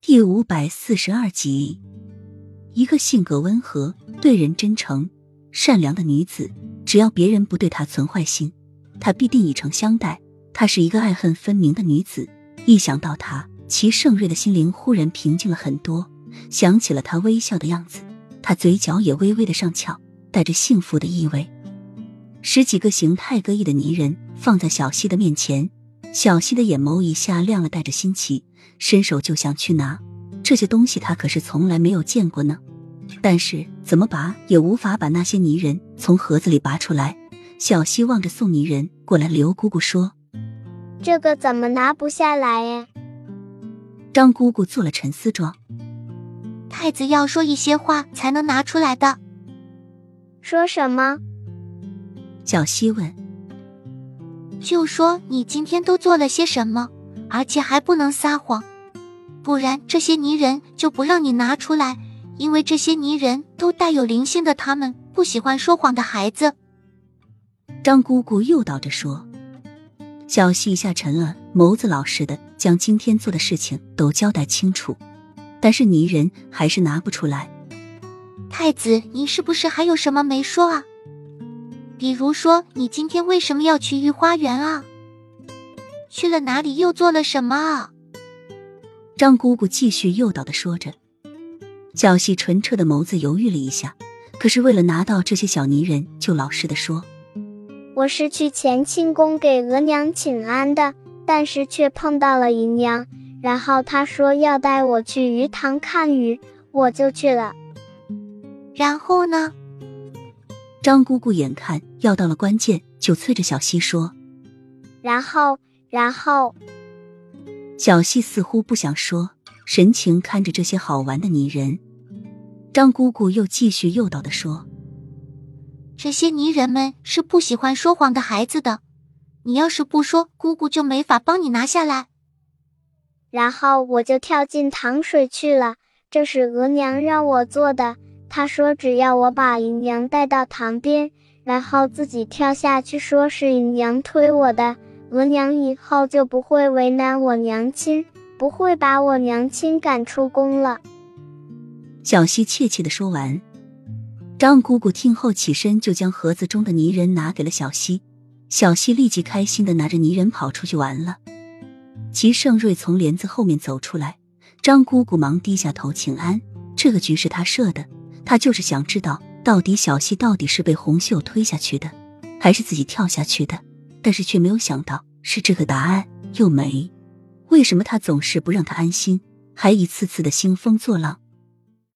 第542集。一个性格温和、对人真诚、善良的女子，只要别人不对她存坏心，她必定以诚相待。她是一个爱恨分明的女子，一想到她，齐盛瑞的心灵忽然平静了很多，想起了她微笑的样子，她嘴角也微微的上翘，带着幸福的意味。10几个形态各异的泥人放在小溪的面前，小溪的眼眸一下亮了，带着新奇，伸手就想去拿。这些东西他可是从来没有见过呢，但是怎么拔也无法把那些泥人从盒子里拔出来。小溪望着送泥人过来，刘姑姑说： 这个怎么拿不下来呀？ 张姑姑做了沉思状： 太子要说一些话才能拿出来的。 说什么？ 小溪问。 就说你今天都做了些什么，而且还不能撒谎，不然这些泥人就不让你拿出来，因为这些泥人都带有灵性的，他们不喜欢说谎的孩子。 张姑姑诱导着说。小溪一下沉了，眸子老实的将今天做的事情都交代清楚，但是泥人还是拿不出来。 太子，你是不是还有什么没说啊？比如说你今天为什么要去御花园啊？去了哪里又做了什么啊？ 张姑姑继续诱导地说着。小溪纯澈的眸子犹豫了一下，可是为了拿到这些小泥人，就老实地说： 我是去乾清宫给额娘请安的，但是却碰到了姨娘，然后她说要带我去鱼塘看鱼，我就去了。 然后呢？ 张姑姑眼看要到了关键，就催着小溪说： 然后小溪似乎不想说，神情看着这些好玩的泥人。张姑姑又继续诱导地说： 这些泥人们是不喜欢说谎的孩子的，你要是不说，姑姑就没法帮你拿下来。 然后我就跳进塘水去了，这是额娘让我做的，她说只要我把姨娘带到塘边，然后自己跳下去，说是姨娘推我的，额娘以后就不会为难我娘亲，不会把我娘亲赶出宫了。 小溪怯怯地说完。张姑姑听后起身就将盒子中的泥人拿给了小溪，小溪立即开心地拿着泥人跑出去玩了。齐盛瑞从帘子后面走出来，张姑姑忙低下头请安，这个局是他设的，他就是想知道到底小溪到底是被红袖推下去的，还是自己跳下去的，但是却没有想到是这个答案。又没为什么他总是不让他安心，还一次次的兴风作浪，